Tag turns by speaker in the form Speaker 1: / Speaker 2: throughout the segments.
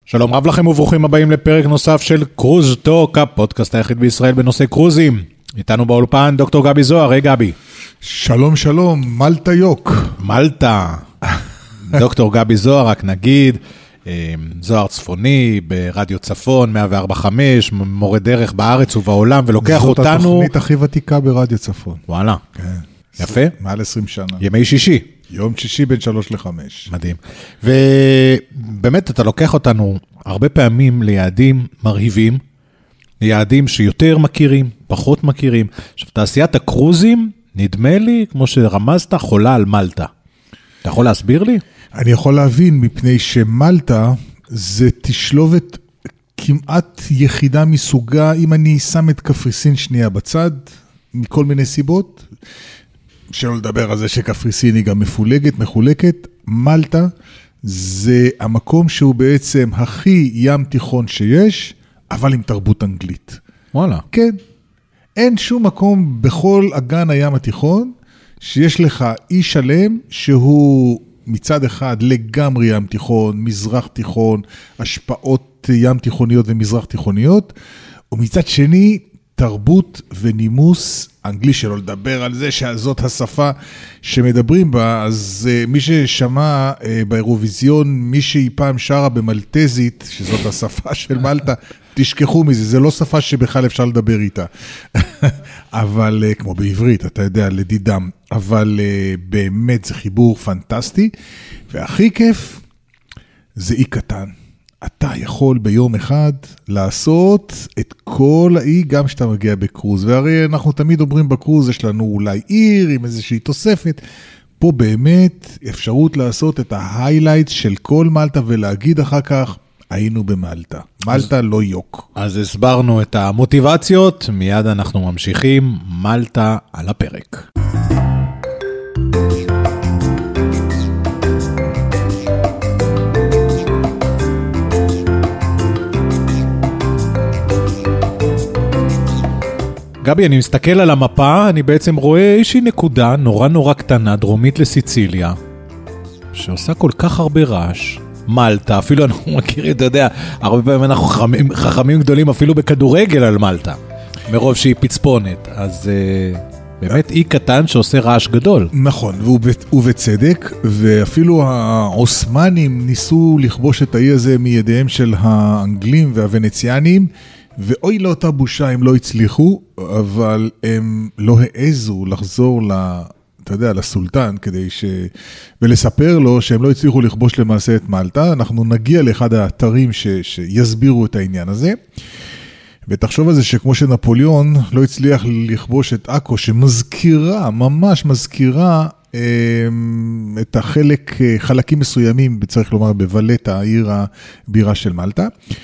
Speaker 1: שלום רב לכם וברוכים הבאים לפרק נוסף של קרוז טוק, הפודקאסט היחיד בישראל בנושא קרוזים. איתנו באולפן דוקטור גבי זוהר. היי גבי.
Speaker 2: שלום שלום, מלטה יוק.
Speaker 1: מלטה. דוקטור גבי זוהר, רק נגיד, זוהר צפוני ברדיו צפון 104.5, מורה דרך בארץ ובעולם, ולוקח אותנו...
Speaker 2: זאת התוכנית הכי ותיקה ברדיו צפון.
Speaker 1: וואלה.
Speaker 2: כן.
Speaker 1: יפה.
Speaker 2: מעל 20 שנה.
Speaker 1: ימי שישי.
Speaker 2: יום שישי בין 3 ל-5.
Speaker 1: מדהים. ובאמת אתה לוקח אותנו הרבה פעמים ליעדים מרהיבים, ליעדים שיותר מכירים, פחות מכירים. עכשיו, תעשיית הקרוזים, נדמה לי, כמו שרמזת, חולה על מלטה. אתה יכול להסביר לי?
Speaker 2: אני יכול להבין, מפני שמלטה זה תשלובת כמעט יחידה מסוגה, אם אני שם את קפריסין שנייה בצד, מכל מיני סיבות, שלא לדבר על זה שקפריסין היא גם מחולקת, מלטה זה המקום שהוא בעצם הכי ים תיכון שיש, אבל עם תרבות אנגלית.
Speaker 1: וואלה.
Speaker 2: כן. אין שום מקום בכל אגן הים התיכון, שיש לך אי שלם שהוא מצד אחד לגמרי ים תיכון, מזרח תיכון, השפעות ים תיכוניות ומזרח תיכוניות, ומצד שני תרבות ונימוס אנגלי, שלא לדבר על זה שזאת השפה שמדברים בה. אז מי ששמע באירוויזיון, מי שהיא פעם שרה במלטזית, שזאת השפה של מלטה, תשכחו מזה, זה לא שפה שבכלל אפשר לדבר איתה. אבל כמו בעברית, אתה יודע, לדידם, אבל באמת זה חיבור פנטסטי, והכי כיף זה אי קטן. אתה יכול ביום אחד לעשות את כל האי, גם שאתה מגיע בקרוז, והרי אנחנו תמיד אומרים בקרוז, יש לנו אולי עיר עם איזושהי תוספת, פה באמת אפשרות לעשות את ההיילייט של כל מלטה, ולהגיד אחר כך, היינו במלטה. מלטה לא יוק.
Speaker 1: אז הסברנו את המוטיבציות, מיד אנחנו ממשיכים, מלטה על הפרק. גבי, אני מסתכל על המפה, אני בעצם רואה איזושהי נקודה נורא קטנה, דרומית לסיציליה, שעושה כל כך הרבה רעש. מלטה, אפילו אנחנו מכירים, אתה יודע, הרבה פעמים אנחנו חכמים גדולים אפילו בכדורגל על מלטה, מרוב שהיא פצפונת, אז באמת אי קטן שעושה רעש גדול.
Speaker 2: נכון, ובצדק, ואפילו העוסמנים ניסו לכבוש את האי הזה מידיהם של האנגלים והוונציאנים, ואוי לאותה בושה הם לא הצליחו, אבל הם לא העזו לחזור אתה יודע, לסולטן, ולספר לו שהם לא הצליחו לכבוש למעשה את מלטה. אנחנו נגיע לאחד האתרים שיסבירו את העניין הזה, ותחשוב על זה שכמו שנפוליאון לא הצליח לכבוש את אקו, שמזכירה, ממש מזכירה את חלקים מסוימים, צריך לומר בוולטה, העיר הבירה של מלטה,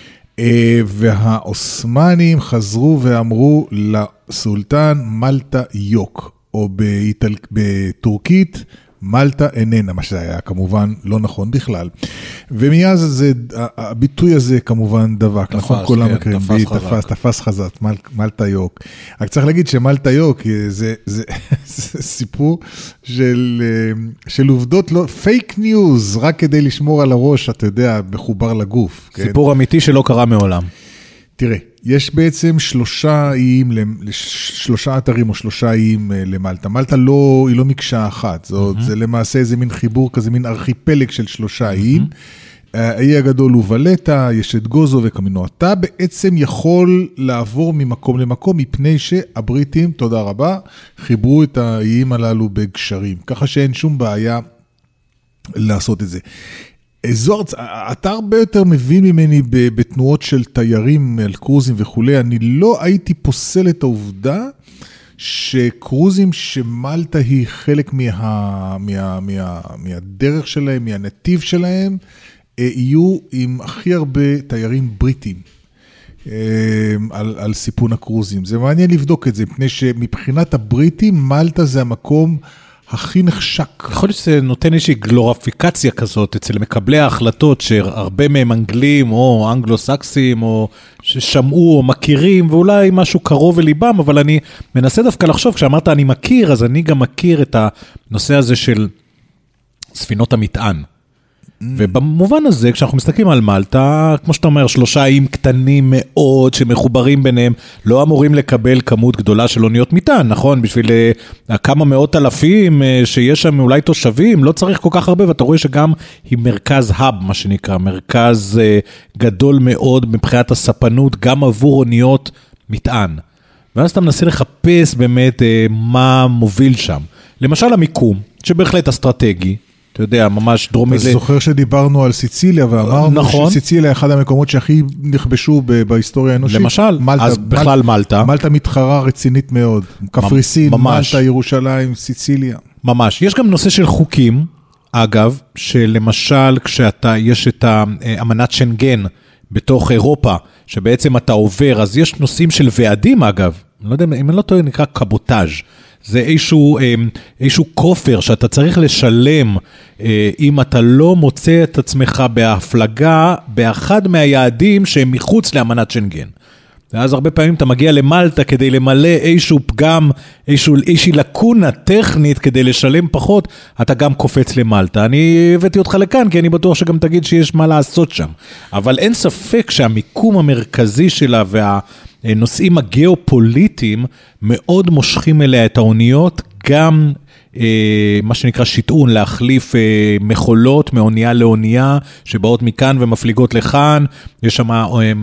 Speaker 2: והאוסמנים חזרו ואמרו לסולטן מלטה יוק, או בטורקית מלטה איננה, מה שהיה כמובן לא נכון בכלל. ומאז הביטוי הזה כמובן דבק, נכון? כולם מכירים, תפס חזק, מלטה יוק. רק צריך להגיד שמלטה יוק זה סיפור של עובדות, פייק ניוז, רק כדי לשמור על הראש, אתה יודע, מחובר לגוף.
Speaker 1: סיפור אמיתי שלא קרה מעולם.
Speaker 2: תראה, יש בעצם 3 אתרים או 3 איים למלטה. מלטה היא לא מקשה אחת, זה למעשה איזה מין חיבור כזה, מין ארכיפלג של 3 איים. האי הגדול הוא ולטה, יש את גוזו וקמינו. אתה בעצם יכול לעבור ממקום למקום, מפני שהבריטים, תודה רבה, חיברו את האיים הללו בגשרים, ככה שאין שום בעיה לעשות את זה. זוהר, אתה הרבה יותר מבין ממני בתנועות של תיירים על קרוזים וכו'. אני לא הייתי פוסל את העובדה שקרוזים שמלטה היא חלק מהדרך שלהם, מהנתיב שלהם, יהיו עם הכי הרבה תיירים בריטים על סיפון הקרוזים. זה מעניין לבדוק את זה, מפני שמבחינת הבריטים, מלטה זה המקום הכי נחשק.
Speaker 1: יכול להיות שזה נותן איזושהי גלוריפיקציה כזאת אצל מקבלי ההחלטות, שהרבה מהם אנגלים או אנגלו-סקסים, או ששמעו או מכירים, ואולי משהו קרוב לליבם, אבל אני מנסה דווקא לחשוב, כשאמרת אני מכיר, אז אני גם מכיר את הנושא הזה של ספינות המטען. ובמובן הזה, כשאנחנו מסתכלים על מלטה, כמו שאתה אומר, 3 איים קטנים מאוד שמחוברים ביניהם, לא אמורים לקבל כמות גדולה של אוניות מטען, נכון? בשביל כמה מאות אלפים שיש שם אולי תושבים, לא צריך כל כך הרבה, ואתה רואה שגם היא מרכז האב, מה שנקרא, מרכז גדול מאוד מבחינת הספנות, גם עבור אוניות מטען. ואז אתה מנסה לחפש באמת מה מוביל שם. למשל המיקום, שבהחלט אסטרטגי, אתה יודע, ממש דרומית.
Speaker 2: אתה זוכר שדיברנו על סיציליה, ואמרנו
Speaker 1: נכון.
Speaker 2: שסיציליה אחד המקומות שהכי נכבשו בהיסטוריה האנושית.
Speaker 1: למשל, אז בכלל מלטה.
Speaker 2: מלטה מתחרה רצינית מאוד. קפריסין, מלטה, ירושלים, סיציליה.
Speaker 1: ממש. יש גם נושא של חוקים, אגב, שלמשל יש את אמנת שנגן בתוך אירופה, שבעצם אתה עובר, אז יש נושאים של ועדים, אגב. אני לא יודע, אם אני לא טועה, נקרא קבוטאז'. זה איזשהו כופר שאתה צריך לשלם אם אתה לא מוצא את עצמך בהפלגה באחד מהיעדים שהם מחוץ לאמנת שנגן. ואז הרבה פעמים אתה מגיע למלטה כדי למלא איזשהו פגם, איזושהי לקונה טכנית כדי לשלם פחות, אתה גם קופץ למלטה. אני הבאתי אותך לכאן כי אני בטוח שגם תגיד שיש מה לעשות שם. אבל אין ספק שהמיקום המרכזי שלה והנושאים הגיאופוליטיים מאוד מושכים אליה את האוניות, גם מה שנקרא שטעון, להחליף מחולות מאונייה לאונייה, שבאות מכאן ומפליגות לכאן, יש שם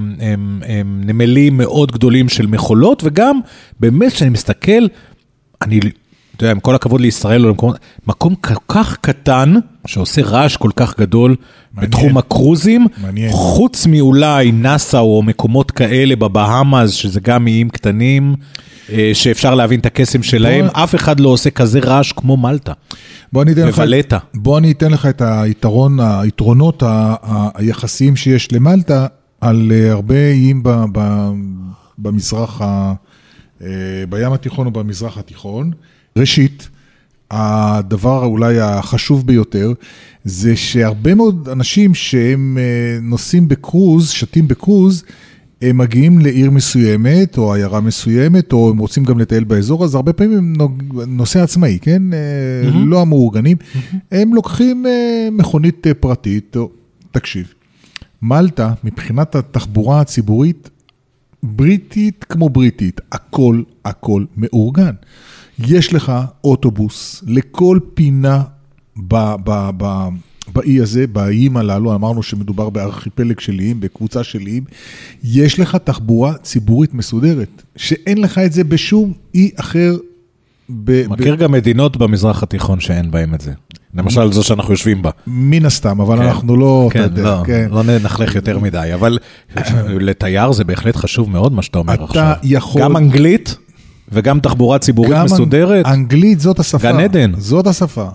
Speaker 1: נמלים מאוד גדולים של מחולות, וגם באמת כשאני מסתכל, אני, אתה יודע, עם כל הכבוד לישראל, מקום כל כך קטן, שעושה רעש כל כך גדול, בתחום הקרוזים, חוץ מאולי נאסא או מקומות כאלה בבהאמאז, שזה גם איים קטנים, שאפשר להבין את הקסם שלהם, אף אחד לא עושה כזה רעש כמו מלטה.
Speaker 2: בוא אני אתן לך את היתרונות היחסיים שיש למלטה, על הרבה איים במזרח, בים התיכון או במזרח התיכון. ראשית, הדבר אולי החשוב ביותר, זה שהרבה מאוד אנשים שהם נוסעים בקרוז, שתים בקרוז, הם מגיעים לעיר מסוימת, או עיירה מסוימת, או הם רוצים גם לטייל באזור, אז הרבה פעמים הם נוסע עצמאי, כן? לא המאורגנים. הם לוקחים מכונית פרטית, תקשיב. מלטה, מבחינת התחבורה הציבורית, בריטית כמו בריטית, הכל מאורגן. יש לך אוטובוס לכל פינה באי הזה, באיים הללו, אמרנו שמדובר בארכיפלג של איים, בקבוצה של איים, יש לך תחבורה ציבורית מסודרת, שאין לך את זה בשום אי אחר.
Speaker 1: מכיר גם מדינות במזרח התיכון שאין בהם את זה. למשל זו שאנחנו יושבים בה.
Speaker 2: מן הסתם, אבל אנחנו לא...
Speaker 1: לא נחלך יותר מדי, אבל לתייר זה בהחלט חשוב מאוד מה שאתה אומר עכשיו. גם אנגלית וגם תחבורה ציבורית מסודרת.
Speaker 2: אנגלית זאת השפה.
Speaker 1: גן עדן.
Speaker 2: זאת השפה.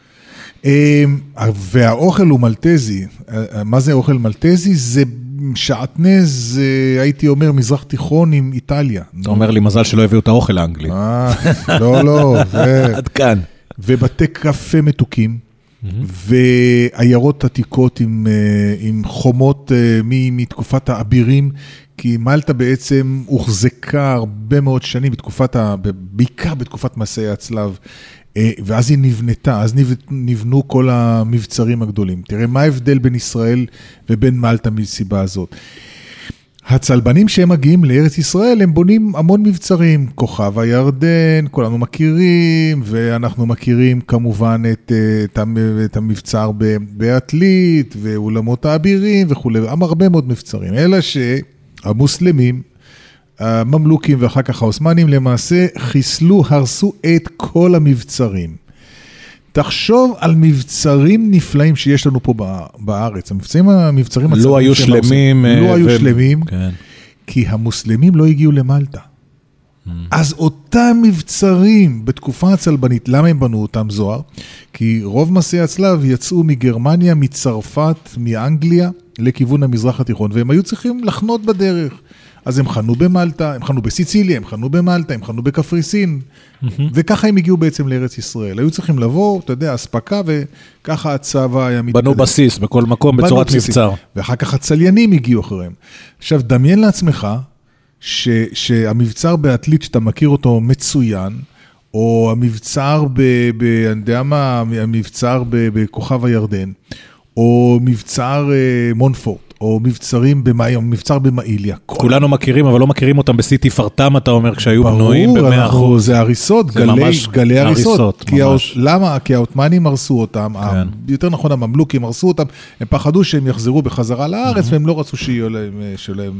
Speaker 2: והאוכל הוא מלטזי. מה זה אוכל מלטזי? זה שעטנז, הייתי אומר, מזרח תיכון עם איטליה.
Speaker 1: אתה אומר לי מזל שלא הביאו את האוכל האנגלי.
Speaker 2: לא.
Speaker 1: עד כאן.
Speaker 2: ובתי קפה מתוקים, ועיירות עתיקות עם חומות מתקופת האבירים, כי מלטה בעצם הוחזקה הרבה מאוד שנים, בעיקר בתקופת מסעי הצלב, ואז היא נבנתה, אז נבנו כל המבצרים הגדולים. תראה מה ההבדל בין ישראל ובין מלטה מסיבה הזאת. הצלבנים שהם מגיעים לארץ ישראל, הם בונים המון מבצרים, כוכב הירדן, כולנו מכירים, ואנחנו מכירים כמובן את המבצר בעתלית, ואולמות האבירים וכו', הרבה מאוד מבצרים, אלא שהמוסלמים, הממלוכים ואחר כך האוסמנים, למעשה חיסלו, הרסו את כל המבצרים. תחשוב על מבצרים נפלאים שיש לנו פה בארץ. המבצרים
Speaker 1: לא היו שלמים.
Speaker 2: לא היו שלמים, כי המוסלמים לא הגיעו למלטה. אז אותם מבצרים בתקופה הצלבנית, למה הם בנו אותם זוהר? כי רוב מסעי הצלב יצאו מגרמניה, מצרפת, מאנגליה, לכיוון המזרח התיכון, והם היו צריכים לחנות בדרך. אז הם חנו במלטה, הם חנו בסיציליה, הם חנו במלטה, הם חנו בקפריסין, וככה הם הגיעו בעצם לארץ ישראל. היו צריכים לבוא, אתה יודע, הספקה, וככה הצבא היה מתקדם.
Speaker 1: בנו בסיס בכל מקום בצורת מבצר.
Speaker 2: ואחר כך הצליינים הגיעו אחריהם. עכשיו, דמיין לעצמך, שהמבצר בעתלית, שאתה מכיר אותו מצוין, או המבצר אני יודע מה, המבצר בכוכב הירדן, או מבצר מונפורט, או מבצר במאיליה.
Speaker 1: כולנו מכירים, אבל לא מכירים אותם בסיטי פרטם, אתה אומר, כשהיו בנויים ב100%.
Speaker 2: זה הריסות, גלי הריסות. למה? כי העות'מאנים הרסו אותם, יותר נכון הממלוכים הרסו אותם, הם פחדו שהם יחזרו בחזרה לארץ, והם לא רצו שיהיו להם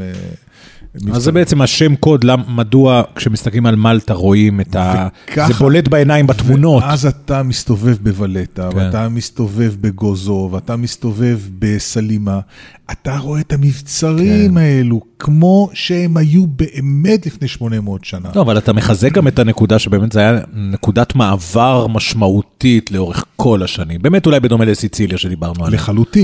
Speaker 1: אז זה בעצם השם קוד, מדוע כשמסתכלים על מלטה רואים את זה בולט בעיניים בתמונות.
Speaker 2: אז אתה מסתובב בוולטה, ואתה מסתובב בגוזו, ואתה מסתובב בסלימה, אתה רואה את המבצרים האלו, כמו שהם היו באמת לפני 800 שנה.
Speaker 1: לא, אבל אתה מחזק גם את הנקודה שבאמת זה היה נקודת מעבר משמעותית לאורך כל השנים. באמת אולי בדומה לסיציליה שדיברנו עליה.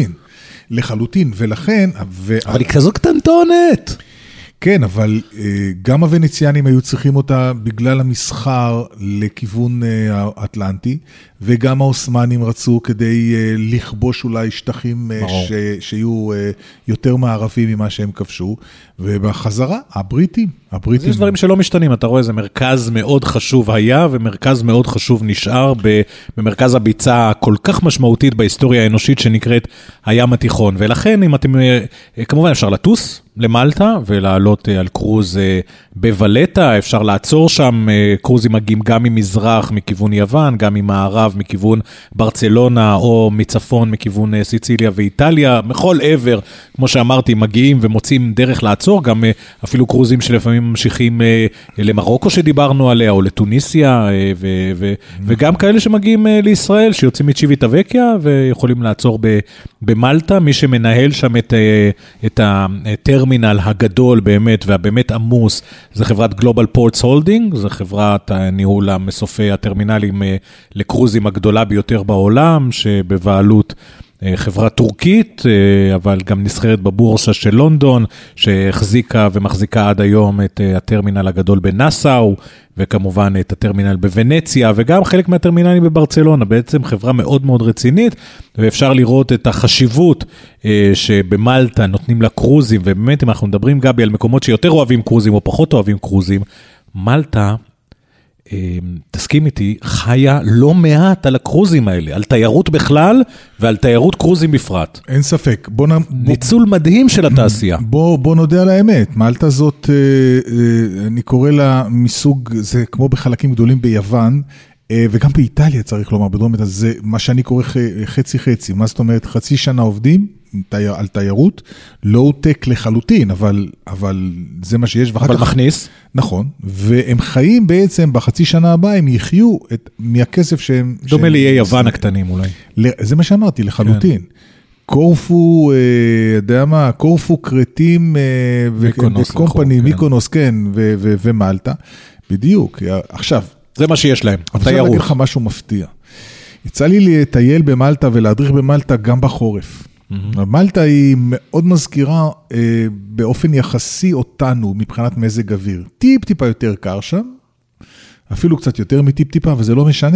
Speaker 2: לחלוטין, ולכן...
Speaker 1: אבל היא כזו קטנטונת.
Speaker 2: כן, אבל גם הוונציאנים היו צריכים אותה בגלל המסחר לכיוון האטלנטי, וגם האוסמנים רצו כדי לכבוש אולי שטחים שיהיו יותר מערבים ממה שהם כבשו, ובחזרה, הבריטים.
Speaker 1: אז יש דברים שלא משתנים, אתה רואה, זה מרכז מאוד חשוב היה, ומרכז מאוד חשוב נשאר במרכז הביצה כל כך משמעותית בהיסטוריה האנושית שנקראת הים התיכון, ולכן אם אתם, כמובן אפשר לטוס למלטה, ולעלות על קרוז בוולטה, אפשר לעצור שם, קרוזים מגיעים גם ממזרח, מכיוון יוון, גם ממערב, מכיוון ברצלונה, או מצפון, מכיוון סיציליה ואיטליה, מכל עבר, כמו שאמרתי, מגיעים ומוצאים דרך לעצור, גם אפילו קרוזים שלפעמים ממשיכים למרוקו שדיברנו עליה, או לטוניסיה, וגם כאלה שמגיעים לישראל, שיוצאים מצ'יוויטה וקיה, ויכולים לעצור במלטה, מי שמנהל שם את הטרמינל הגדול באמת, והבאמת עמוס, זה חברת גלובל פורטס הולדינג, זה חברת ניהול המסופי הטרמינלים לקרוזים הגדולה ביותר בעולם, שבבעלות חברה טורקית, אבל גם נסחרת בבורסה של לונדון, שהחזיקה ומחזיקה עד היום את הטרמינל הגדול בנאסאו, וכמובן את הטרמינל בוונציה, וגם חלק מהטרמינלים בברצלונה, בעצם חברה מאוד מאוד רצינית, ואפשר לראות את החשיבות שבמלטה נותנים לה קרוזים, ובאמת אם אנחנו מדברים גבי על מקומות שיותר אוהבים קרוזים או פחות אוהבים קרוזים, מלטה, תסכים איתי, חיה לא מעט על הקרוזים האלה, על תיירות בכלל ועל תיירות קרוזים בפרט.
Speaker 2: אין ספק.
Speaker 1: ניצול מדהים של התעשייה.
Speaker 2: בוא נודה על האמת, מלטה זאת, אני קורא לה מסוג, זה כמו בחלקים גדולים ביוון, וגם באיטליה צריך לומר, בדרום איטליה, זה מה שאני קורא חצי-חצי, מה זאת אומרת, חצי שנה עובדים על תיירות, לואו-טק לחלוטין, אבל זה מה שיש.
Speaker 1: אבל מכניס.
Speaker 2: נכון, והם חיים בעצם בחצי שנה הבאה, הם יחיו מהכסף שהם...
Speaker 1: דומה לי יוון הקטנים אולי.
Speaker 2: זה מה שאמרתי, לחלוטין. קורפו, יודע מה, קורפו, קרטים, וקומפני, מיקונוס, כן, ומלטה, בדיוק. עכשיו...
Speaker 1: זה מה שיש להם,
Speaker 2: התיירות. אני רוצה להגיד לך משהו מפתיע. יצא לי לטייל במלטה ולהדריך במלטה גם בחורף. מלטה היא מאוד מזכירה באופן יחסי אותנו מבחינת מזג אוויר. טיפ-טיפה יותר קר שם, אפילו קצת יותר מטיפ-טיפה, וזה לא משנה.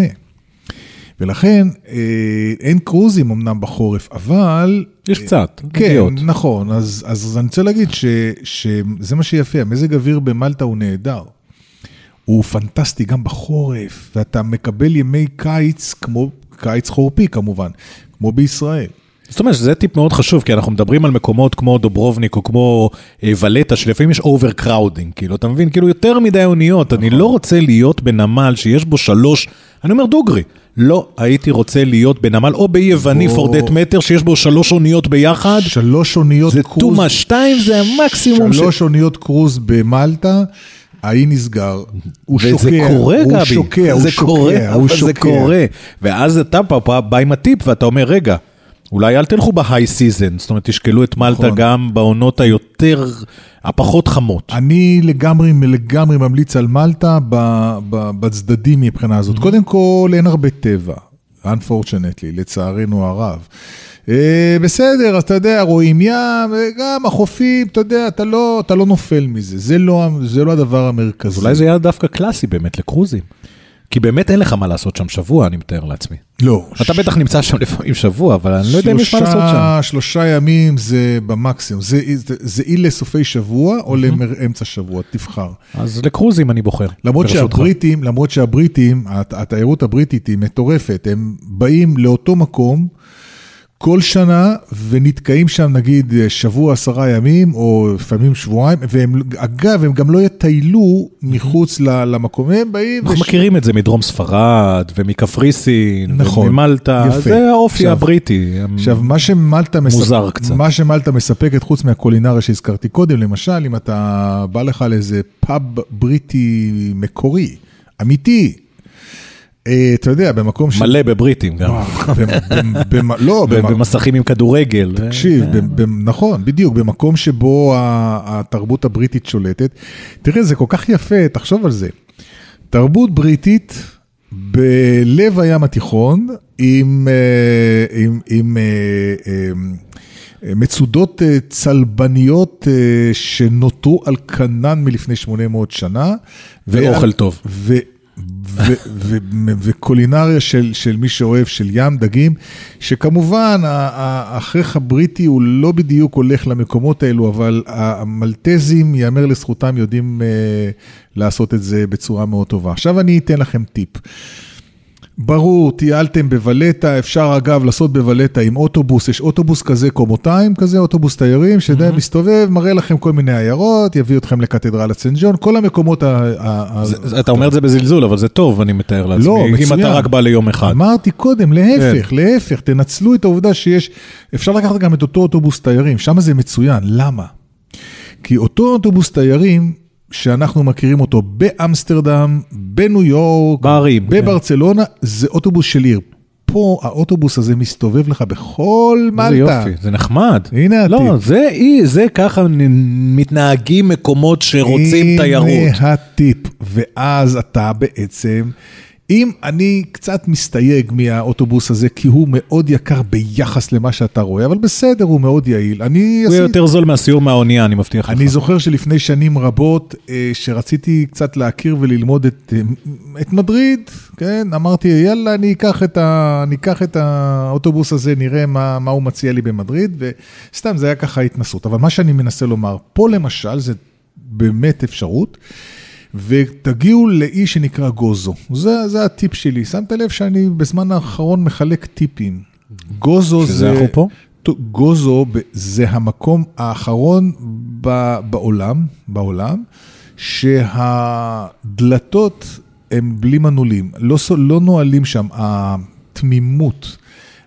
Speaker 2: ולכן אין קרוזים אמנם בחורף, אבל...
Speaker 1: יש קצת.
Speaker 2: כן, נכון. אז אני רוצה להגיד שזה מה שיפה, המזג אוויר במלטה הוא נהדר. הוא פנטסטי גם בחורף, ואתה מקבל ימי קיץ, כמו קיץ חורפי כמובן, כמו בישראל.
Speaker 1: זאת אומרת, זה טיפ מאוד חשוב, כי אנחנו מדברים על מקומות כמו דוברובניק, או כמו ולטה, שלפעמים יש אוברקראודינג, כאילו, אתה מבין, כאילו יותר מדי אוניות, אני לא רוצה להיות בנמל שיש בו 3, אני אומר דוגרי, לא הייתי רוצה להיות בנמל, או ביווני פורדט מטר, שיש בו 3 אוניות ביחד.
Speaker 2: 3 אוניות
Speaker 1: קרוז. זה טומה, 2 זה המקסימום.
Speaker 2: 3 אוניות קרוז במלטה, האי נסגר, הוא שוקע,
Speaker 1: וזה קורה, גבי,
Speaker 2: הוא שוקע,
Speaker 1: זה קורה, אבל זה קורה, ואז אתה בא עם הטיפ, ואתה אומר, רגע, אולי אל תלכו בהיי סיזן, זאת אומרת, תשקלו את מלטה גם בעונות היותר, הפחות חמות.
Speaker 2: אני לגמרי ממליץ על מלטה בצדדים מבחינה הזאת. קודם כל, אין הרבה טבע, unfortunately, לצערנו הרב. בסדר, אז אתה יודע, רואים ים, וגם החופים, אתה יודע, אתה לא נופל מזה, זה לא הדבר המרכזי.
Speaker 1: אולי זה היה דווקא קלאסי באמת לקרוזים. כי באמת אין לך מה לעשות שם שבוע, אני מתאר לעצמי.
Speaker 2: לא.
Speaker 1: אתה בטח נמצא שם לפעמים שבוע, אבל אני לא יודע אם יש מה לעשות שם.
Speaker 2: 3 ימים זה במקסימום. זה אי לסופי שבוע או לאמצע שבוע, תבחר.
Speaker 1: אז לקרוזים אני בוחר.
Speaker 2: למרות שהבריטים, התיירות הבריטית היא מטורפת, הם באים לאותו מקום, כל שנה, ונתקעים שם נגיד שבוע 10 ימים, או לפעמים שבועיים, אגב, הם גם לא יטיילו מחוץ למקום, הם באים...
Speaker 1: אנחנו מכירים את זה מדרום ספרד, ומקפריסין,
Speaker 2: נכון,
Speaker 1: וממלטה, זה האופי הבריטי.
Speaker 2: עכשיו,
Speaker 1: מוזר קצת.
Speaker 2: מה שמלטה מספקת חוץ מהקולינריה שהזכרתי קודם, למשל, אם אתה בא לך לאיזה פאב בריטי מקורי, אמיתי, אתה יודע, במקום
Speaker 1: מלא בבריטים גם.
Speaker 2: לא,
Speaker 1: במסכים עם כדורגל.
Speaker 2: תקשיב, נכון, בדיוק, במקום שבו התרבות הבריטית שולטת. תראה, זה כל כך יפה, תחשוב על זה. תרבות בריטית בלב הים התיכון, עם מצודות צלבניות שנותרו על כנן מלפני 800 שנה.
Speaker 1: ואוכל טוב.
Speaker 2: וקולינריה של מי שאוהב, של ים, דגים, שכמובן ההכרח הבריטי הוא לא בדיוק הולך למקומות האלו, אבל המלטזים, יאמר לזכותם, יודעים לעשות את זה בצורה מאוד טובה. עכשיו אני אתן לכם טיפ. ברור, טיילתם בוולטה, אפשר אגב לעשות בוולטה עם אוטובוס, יש אוטובוס כזה קומותיים, כזה אוטובוס תיירים, שדי מסתובב, מראה לכם כל מיני עיירות, יביא אתכם לקתדרלת סן ג'ון, כל המקומות
Speaker 1: אתה אומר את זה בזלזול, אבל זה טוב, אני מתאר לעצמי.
Speaker 2: לא, מצוין.
Speaker 1: אם אתה רק בא ליום אחד.
Speaker 2: אמרתי קודם, להפך, תנצלו את העובדה שיש, אפשר לקחת גם את אותו אוטובוס תיירים, שם זה מצוין, למה? כי אותו אוטובוס תיירים, שאנחנו מכירים אותו באמסטרדם, בניו יורק,
Speaker 1: בערים,
Speaker 2: בברצלונה, זה אוטובוס של עיר. פה האוטובוס הזה מסתובב לך בכל מלטה.
Speaker 1: זה יופי, זה נחמד.
Speaker 2: הנה הטיפ.
Speaker 1: לא, זה ככה מתנהגים מקומות שרוצים תיירות.
Speaker 2: הנה הטיפ, ואז אתה בעצם... אם אני קצת מסתייג מהאוטובוס הזה, כי הוא מאוד יקר ביחס למה שאתה רואה, אבל בסדר, הוא מאוד יעיל.
Speaker 1: הוא יותר זול מהסיור מהאונייה, אני מבטיח לך.
Speaker 2: אני זוכר שלפני שנים רבות, שרציתי קצת להכיר וללמוד את מדריד, כן? אמרתי, יאללה, אני אקח את האוטובוס הזה, נראה מה הוא מציע לי במדריד, וסתם זה היה ככה התנסות. אבל מה שאני מנסה לומר, פה למשל, זה באמת אפשרות, ותגיעו לאי שנקרא גוזו. זה הטיפ שלי. שמת לב שאני בזמן האחרון מחלק טיפים. גוזו
Speaker 1: שזה אנחנו פה?
Speaker 2: גוזו זה המקום האחרון בעולם, שהדלתות הן בלי מנעולים. לא נועלים שם. התמימות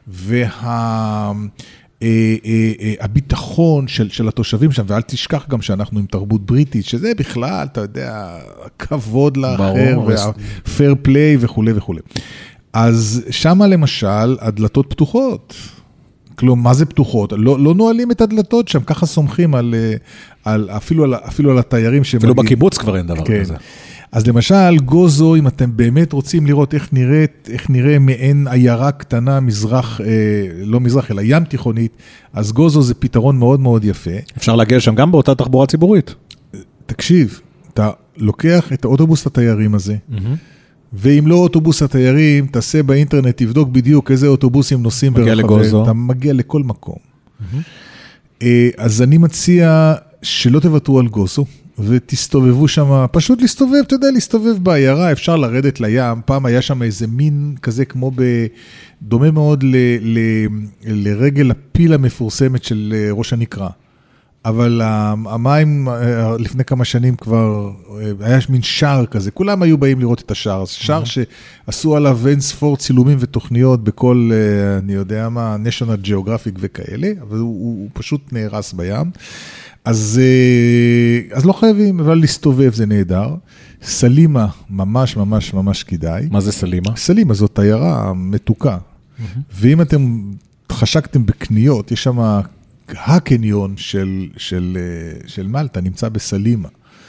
Speaker 2: הביטחון של התושבים שם, ואל תשכח גם שאנחנו עם תרבות בריטית, שזה בכלל, אתה יודע, כבוד לאחר, והפייר פליי וכו' וכו'. אז שמה למשל, הדלתות פתוחות. כלומר, מה זה פתוחות? לא נועלים את הדלתות שם, ככה סומכים אפילו על התיירים.
Speaker 1: אפילו בקיבוץ כבר אין דבר כזה.
Speaker 2: אז למשל, גוזו, אם אתם באמת רוצים לראות איך נראה מעין עיירה קטנה, לא מזרח, אלא ים תיכונית, אז גוזו זה פתרון מאוד מאוד יפה.
Speaker 1: אפשר להגיע שם גם באותה תחבורה ציבורית.
Speaker 2: תקשיב, אתה לוקח את האוטובוס התיירים הזה, ואם לא אוטובוס התיירים, תעשה באינטרנט, תבדוק בדיוק איזה אוטובוסים נוסעים ברחבי, אתה מגיע לכל מקום. אז אני מציע שלא תוותרו על גוזו, ותסתובבו שם, פשוט להסתובב, אתה יודע, להסתובב בעיירה, אפשר לרדת לים, פעם היה שם איזה מין כזה כמו דומה מאוד לרגל הפיל המפורסמת של ראש הנקרה. אבל המים לפני כמה שנים כבר, היה מין שער כזה, כולם היו באים לראות את השער, שער שעשו עליו אין ספור צילומים ותוכניות בכל, אני יודע מה, National Geographic וכאלה, אבל הוא פשוט נהרס בים. אז לא חייבים, אבל להסתובב זה נהדר. סלימה, ממש ממש ממש כדאי.
Speaker 1: מה זה סלימה?
Speaker 2: סלימה זאת תיירה מתוקה. ואם אתם חשקתם בקניות, יש שם הקניון של מלטה, נמצא בסלימה.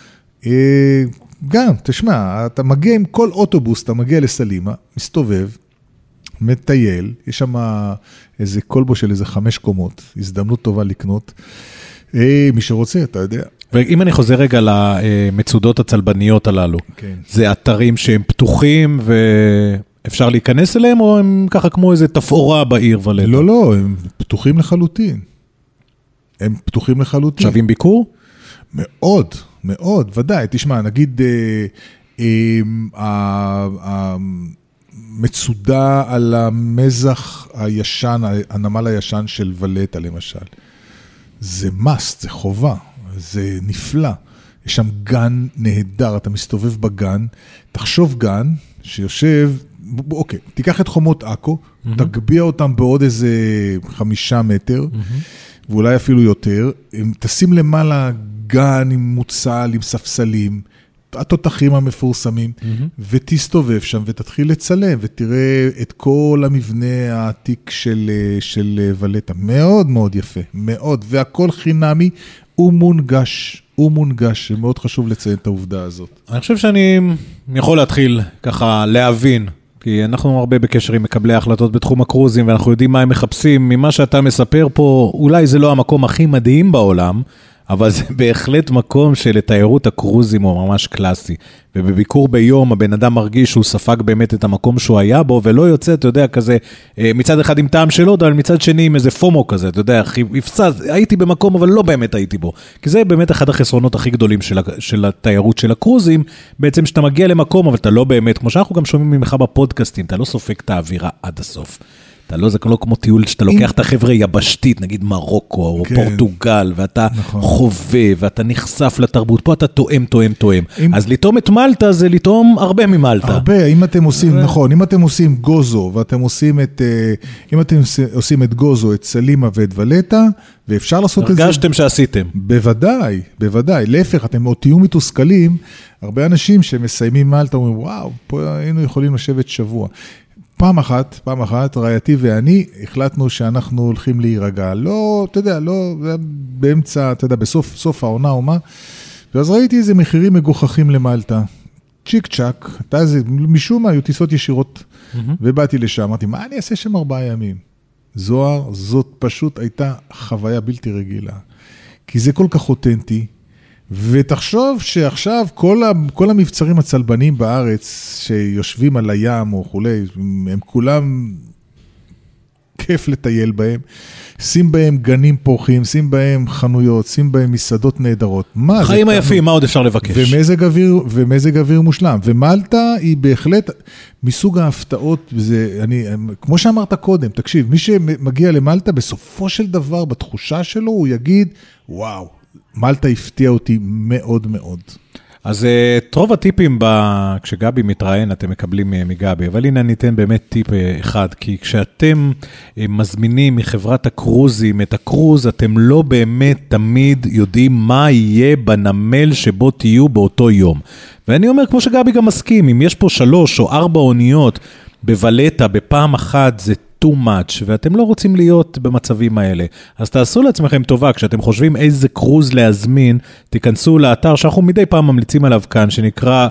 Speaker 2: גם, תשמע, אתה מגיע עם כל אוטובוס, אתה מגיע לסלימה, מסתובב, מטייל, יש שם איזה קולבו של איזה 5 קומות, הזדמנות טובה לקנות. מי שרוצה, אתה יודע.
Speaker 1: ואם אני חוזר רגע למצודות הצלבניות הללו, כן. זה אתרים שהם פתוחים ואפשר להיכנס אליהם, או הם ככה כמו איזה תפאורה בעיר ולטה?
Speaker 2: לא, הם פתוחים לחלוטין. הם פתוחים לחלוטין.
Speaker 1: שווים ביקור?
Speaker 2: מאוד, מאוד, ודאי. תשמע, נגיד, מצודה על המזח הישן, הנמל הישן של ולטה למשל. זה must, זה חובה, זה נפלא. יש שם גן נהדר, אתה מסתובב בגן, תחשוב גן שיושב, אוקיי, תיקח את חומות אקו, תגביע אותם בעוד איזה 5 מטר, ואולי אפילו יותר, תשים למעלה גן עם מוצל, עם ספסלים, התותחים המפורסמים, ותסתובב שם ותתחיל לצלם, ותראה את כל המבנה העתיק של ולטה. מאוד מאוד יפה, מאוד, והכל חינמי ומונגש, מאוד חשוב לציין את העובדה הזאת.
Speaker 1: אני חושב שאני יכול להתחיל ככה להבין, כי אנחנו הרבה בקשר עם מקבלי ההחלטות בתחום הקרוזים, ואנחנו יודעים מה הם מחפשים. ממה שאתה מספר פה, אולי זה לא המקום הכי מדהים בעולם, אבל זה בהחלט מקום שלתיירות הקרוזים הוא ממש קלאסי. ובביקור ביום הבן אדם מרגיש שהוא ספג באמת את המקום שהוא היה בו, ולא יוצא, אתה יודע, כזה, מצד אחד עם טעם שלו, אבל מצד שני עם איזה פומו כזה, אתה יודע, הייתי במקום, אבל לא באמת הייתי בו. כי זה באמת אחד החסרונות הכי גדולים של התיירות של הקרוזים, בעצם שאתה מגיע למקום, אבל אתה לא באמת, כמו שאנחנו גם שומעים ממך בפודקאסטים, אתה לא סופג את האווירה עד הסוף. זה לא כמו טיול שאתה לוקח את החבר'ה יבשתית, נגיד מרוקו או פורטוגל, ואתה חווה, ואתה נחשף לתרבות, פה אתה תואם. אז לטעום את מלטה זה לטעום הרבה ממלטה.
Speaker 2: הרבה, אם אתם עושים, נכון, אם אתם עושים גוזו, ואתם עושים את גוזו, את סלימה ואת ולטה, ואפשר לעשות את זה.
Speaker 1: הרגשתם שעשיתם.
Speaker 2: בוודאי. להפך, אתם עוד תהיו מתוסכלים, הרבה אנשים שמסיימים מלטה, אומרים, וואו, פה היינו יכולים לשבת שבוע. פעם אחת, רעייתי ואני, החלטנו שאנחנו הולכים להירגע. לא, אתה יודע, לא, באמצע, אתה יודע, בסוף העונה או מה, ואז ראיתי איזה מחירים מגוחכים למלטה. צ'יק צ'ק, משום מה, היו טיסות ישירות, ובאתי לשם, אמרתי, מה אני אעשה שם 4 ימים? זוהר, זאת פשוט הייתה חוויה בלתי רגילה. כי זה כל כך אותנטי, ותחשוב שעכשיו כל המבצרים הצלבנים בארץ שיושבים על הים או כולי, הם כולם כיף לטייל בהם, שים בהם גנים פורחים, שים בהם חנויות, שים בהם מסעדות נהדרות.
Speaker 1: חיים היפים, מה עוד אפשר לבקש?
Speaker 2: ומזג אוויר מושלם. ומלטה היא בהחלט מסוג ההפתעות, כמו שאמרת קודם, תקשיב, מי שמגיע למלטה בסופו של דבר, בתחושה שלו, הוא יגיד, וואו, מלטה הפתיע אותי מאוד מאוד.
Speaker 1: אז את רוב הטיפים, כשגבי מתראיין, אתם מקבלים מגבי, אבל הנה אני אתן באמת טיפ אחד, כי כשאתם מזמינים מחברת הקרוזים את הקרוז, אתם לא באמת תמיד יודעים מה יהיה בנמל שבו תהיו באותו יום. ואני אומר, כמו שגבי גם מסכים, אם יש פה 3 או 4 אוניות בוולטה, בפעם אחת זה too much, ואתם לא רוצים להיות במצבים האלה. אז תעשו לעצמכם טובה, כשאתם חושבים איזה קרוז להזמין, תיכנסו לאתר שאנחנו מדי פעם ממליצים עליו כאן, שנקרא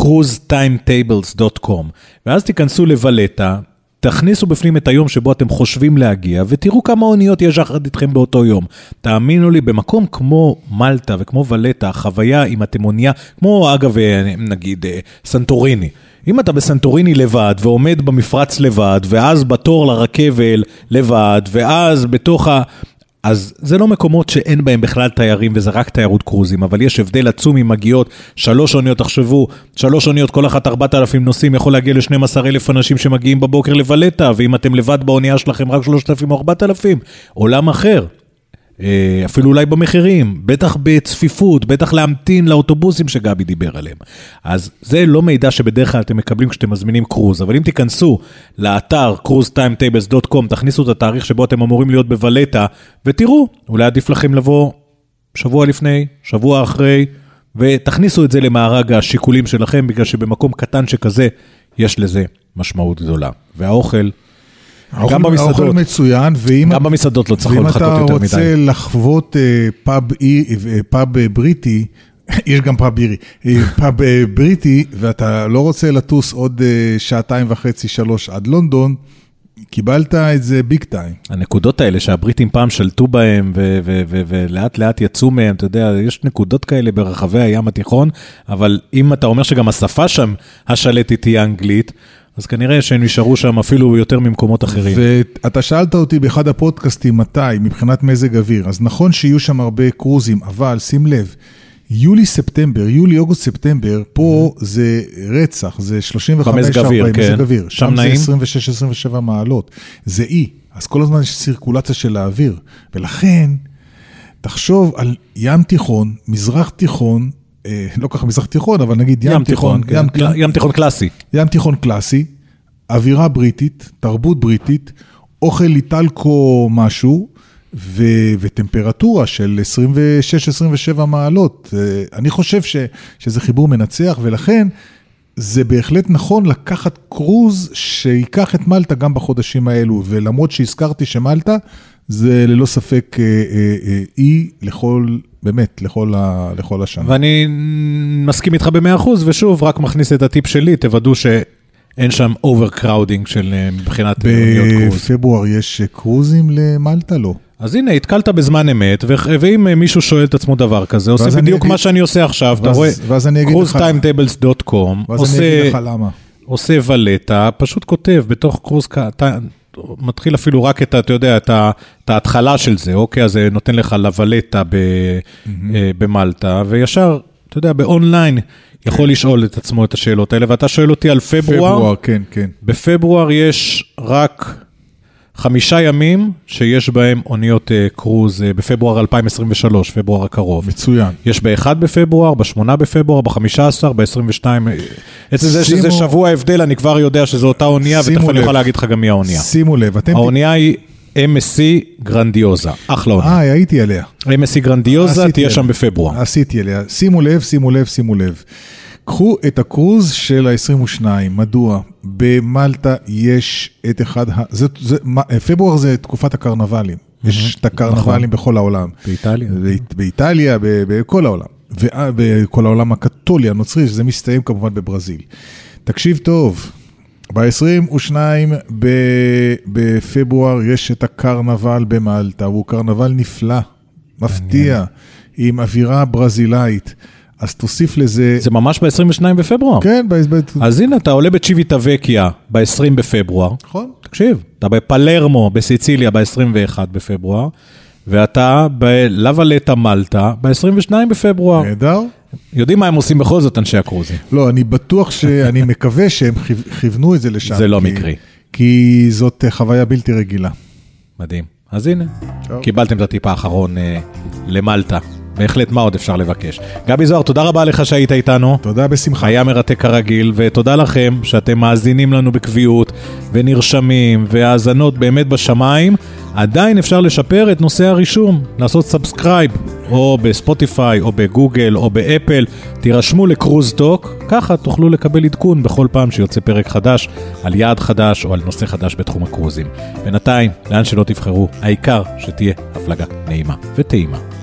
Speaker 1: cruisetimetables.com, ואז תיכנסו לוולטה, תכניסו בפנים את היום שבו אתם חושבים להגיע, ותראו כמה אוניות יש יחד איתכם באותו יום. תאמינו לי, במקום כמו מלטה וכמו ולטה, החוויה עם אתם אונייה, כמו אגב נגיד סנטוריני, אם אתה בסנטוריני לבד, ועומד במפרץ לבד, ואז בתור לרכבל לבד, ואז בתוך אז זה לא מקומות שאין בהם בכלל תיירים, וזה רק תיירות קרוזים, אבל יש הבדל עצום אם מגיעות 3 אוניות, תחשבו, 3 אוניות, כל אחת 4,000 נוסעים, יכול להגיע ל12,000 אנשים שמגיעים בבוקר לוולטה, ואם אתם לבד באונייה שלכם רק 3,000 או 4,000, עולם אחר. אפילו אולי במחירים, בטח בצפיפות, בטח להמתין לאוטובוסים שגבי דיבר עליהם. אז זה לא מידע שבדרך כלל אתם מקבלים כשאתם מזמינים קרוז, אבל אם תיכנסו לאתר cruisetimetables.com, תכניסו את התאריך שבו אתם אמורים להיות בוולטה, ותראו, אולי עדיף לכם לבוא שבוע לפני, שבוע אחרי, ותכניסו את זה למארג השיקולים שלכם, בגלל שבמקום קטן שכזה, יש לזה משמעות גדולה. והאוכל גם במסעדות.
Speaker 2: האוכל מצוין,
Speaker 1: גם במסעדות לא צריך לחכות יותר מדי.
Speaker 2: ואם אתה רוצה לחוות פאב בריטי, יש גם פאב אירי, פאב בריטי, ואתה לא רוצה לטוס עוד 2.5-3 עד לונדון, קיבלת את זה ביג טיים.
Speaker 1: הנקודות האלה שהבריטים פעם שלטו בהם, ולאט לאט יצאו מהם, אתה יודע, יש נקודות כאלה ברחבי הים התיכון, אבל אם אתה אומר שגם השפה שם, השלטת היא אנגלית, אז כנראה שהם נשארו שם אפילו יותר ממקומות אחרים.
Speaker 2: ואתה שאלת אותי באחד הפודקאסטים מתי, מבחינת מזג אוויר, אז נכון שיהיו שם הרבה קרוזים, אבל שים לב, יולי, אוגוסט, ספטמבר, פה זה רצח, זה 35,
Speaker 1: במזג אוויר,
Speaker 2: 40,
Speaker 1: כן.
Speaker 2: מזג אוויר.
Speaker 1: שם
Speaker 2: זה
Speaker 1: נעים?
Speaker 2: 26-27 מעלות. זה אי, אז כל הזמן יש סירקולציה של האוויר. ולכן, תחשוב על ים תיכון, מזרח תיכון, לא ככה מזרח תיכון, אבל נגיד ים תיכון.
Speaker 1: ים תיכון קלאסי.
Speaker 2: ים תיכון קלאסי, אווירה בריטית, תרבות בריטית, אוכל איטלקו משהו, וטמפרטורה של 26-27 מעלות. אני חושב שזה חיבור מנצח, ולכן זה בהחלט נכון לקחת קרוז שיקח את מלטה גם בחודשים האלו, ולמרות שהזכרתי שמלטה, זה ללא ספק אי באמת, לכל השנה.
Speaker 1: ואני מסכים איתך ב100%, ושוב, רק מכניס את הטיפ שלי, תוודאו אין שם overcrowding של מבחינת אוניות קרוז.
Speaker 2: בפברואר יש קרוזים למלטה? לא.
Speaker 1: אז הנה, התקלת בזמן אמת, ואם מישהו שואל את עצמו דבר כזה, עושה בדיוק מה שאני עושה עכשיו, אתה רואה, cruisetimetables.com, עושה ולטה, פשוט כותב בתוך קרוז, מתחיל אפילו רק אתה יודע, את ההתחלה של זה, אוקיי, אז זה נותן לך לוולטה במלטה, וישר, אתה יודע, באונליין, יכול לשאול את עצמו את השאלות האלה, ואתה שואל אותי על פברואר,
Speaker 2: כן, כן.
Speaker 1: בפברואר יש רק 5 ימים שיש בהם אוניות קרוז בפברואר 2023, פברואר הקרוב.
Speaker 2: מצוין.
Speaker 1: יש ב-1 בפברואר, ב-8 בפברואר, ב-15, ב-22. עצם זה שזה שבוע הבדל, אני כבר יודע שזו אותה אונייה, ותכף אני יכול להגיד לך גם מי האונייה.
Speaker 2: שימו לב,
Speaker 1: האונייה היא MSC גרנדיוזה, אחלה אונייה.
Speaker 2: הייתי עליה.
Speaker 1: MSC גרנדיוזה תהיה שם בפברואר.
Speaker 2: עשיתי עליה. שימו לב. קחו את הקרוז של ה-22, מדוע? במלטה יש את אחד, פברואר זה תקופת הקרנבלים, יש את הקרנבלים בכל העולם.
Speaker 1: באיטליה.
Speaker 2: באיטליה, בכל העולם. ובכל העולם הקתולי, הנוצרי, שזה מסתיים כמובן בברזיל. תקשיב טוב, ב-22 בפברואר יש את הקרנבל במלטה, הוא קרנבל נפלא, מפתיע, עם אווירה ברזילאית. אז תוסיף לזה...
Speaker 1: זה ממש ב-22 בפברואר.
Speaker 2: כן,
Speaker 1: אז הנה, אתה עולה בצ'יוויטה וקיה ב-20 בפברואר.
Speaker 2: נכון.
Speaker 1: תקשיב, אתה בפלרמו, בסיציליה, ב-21 בפברואר, ואתה בלוולטה מלטה, ב-22 בפברואר.
Speaker 2: נהדר.
Speaker 1: יודעים מה הם עושים בכל זאת, אנשי הקרוזים.
Speaker 2: לא, אני בטוח אני מקווה שהם כיוונו את זה לשם.
Speaker 1: זה לא מקרי.
Speaker 2: כי זאת חוויה בלתי רגילה.
Speaker 1: מדהים. אז הנה, קיבלתם את הטיפ האחרון למלטה. בהחלט, מה עוד אפשר לבקש. גבי זוהר, תודה רבה לך שהיית איתנו.
Speaker 2: תודה, בשמחה.
Speaker 1: היה מרתק כרגיל, ותודה לכם שאתם מאזינים לנו בקביעות, ונרשמים, והאזנות באמת בשמיים. עדיין אפשר לשפר את נושא הרישום, לעשות סאבסקרייב, או בספוטיפיי, או בגוגל, או באפל. תירשמו לקרוז טוק, ככה תוכלו לקבל עדכון בכל פעם שיוצא פרק חדש, על יעד חדש, או על נושא חדש בתחום הקרוזים. בינתיים, לאן שלא תבחרו, העיקר שתהיה הפלגה נעימה וטעימה.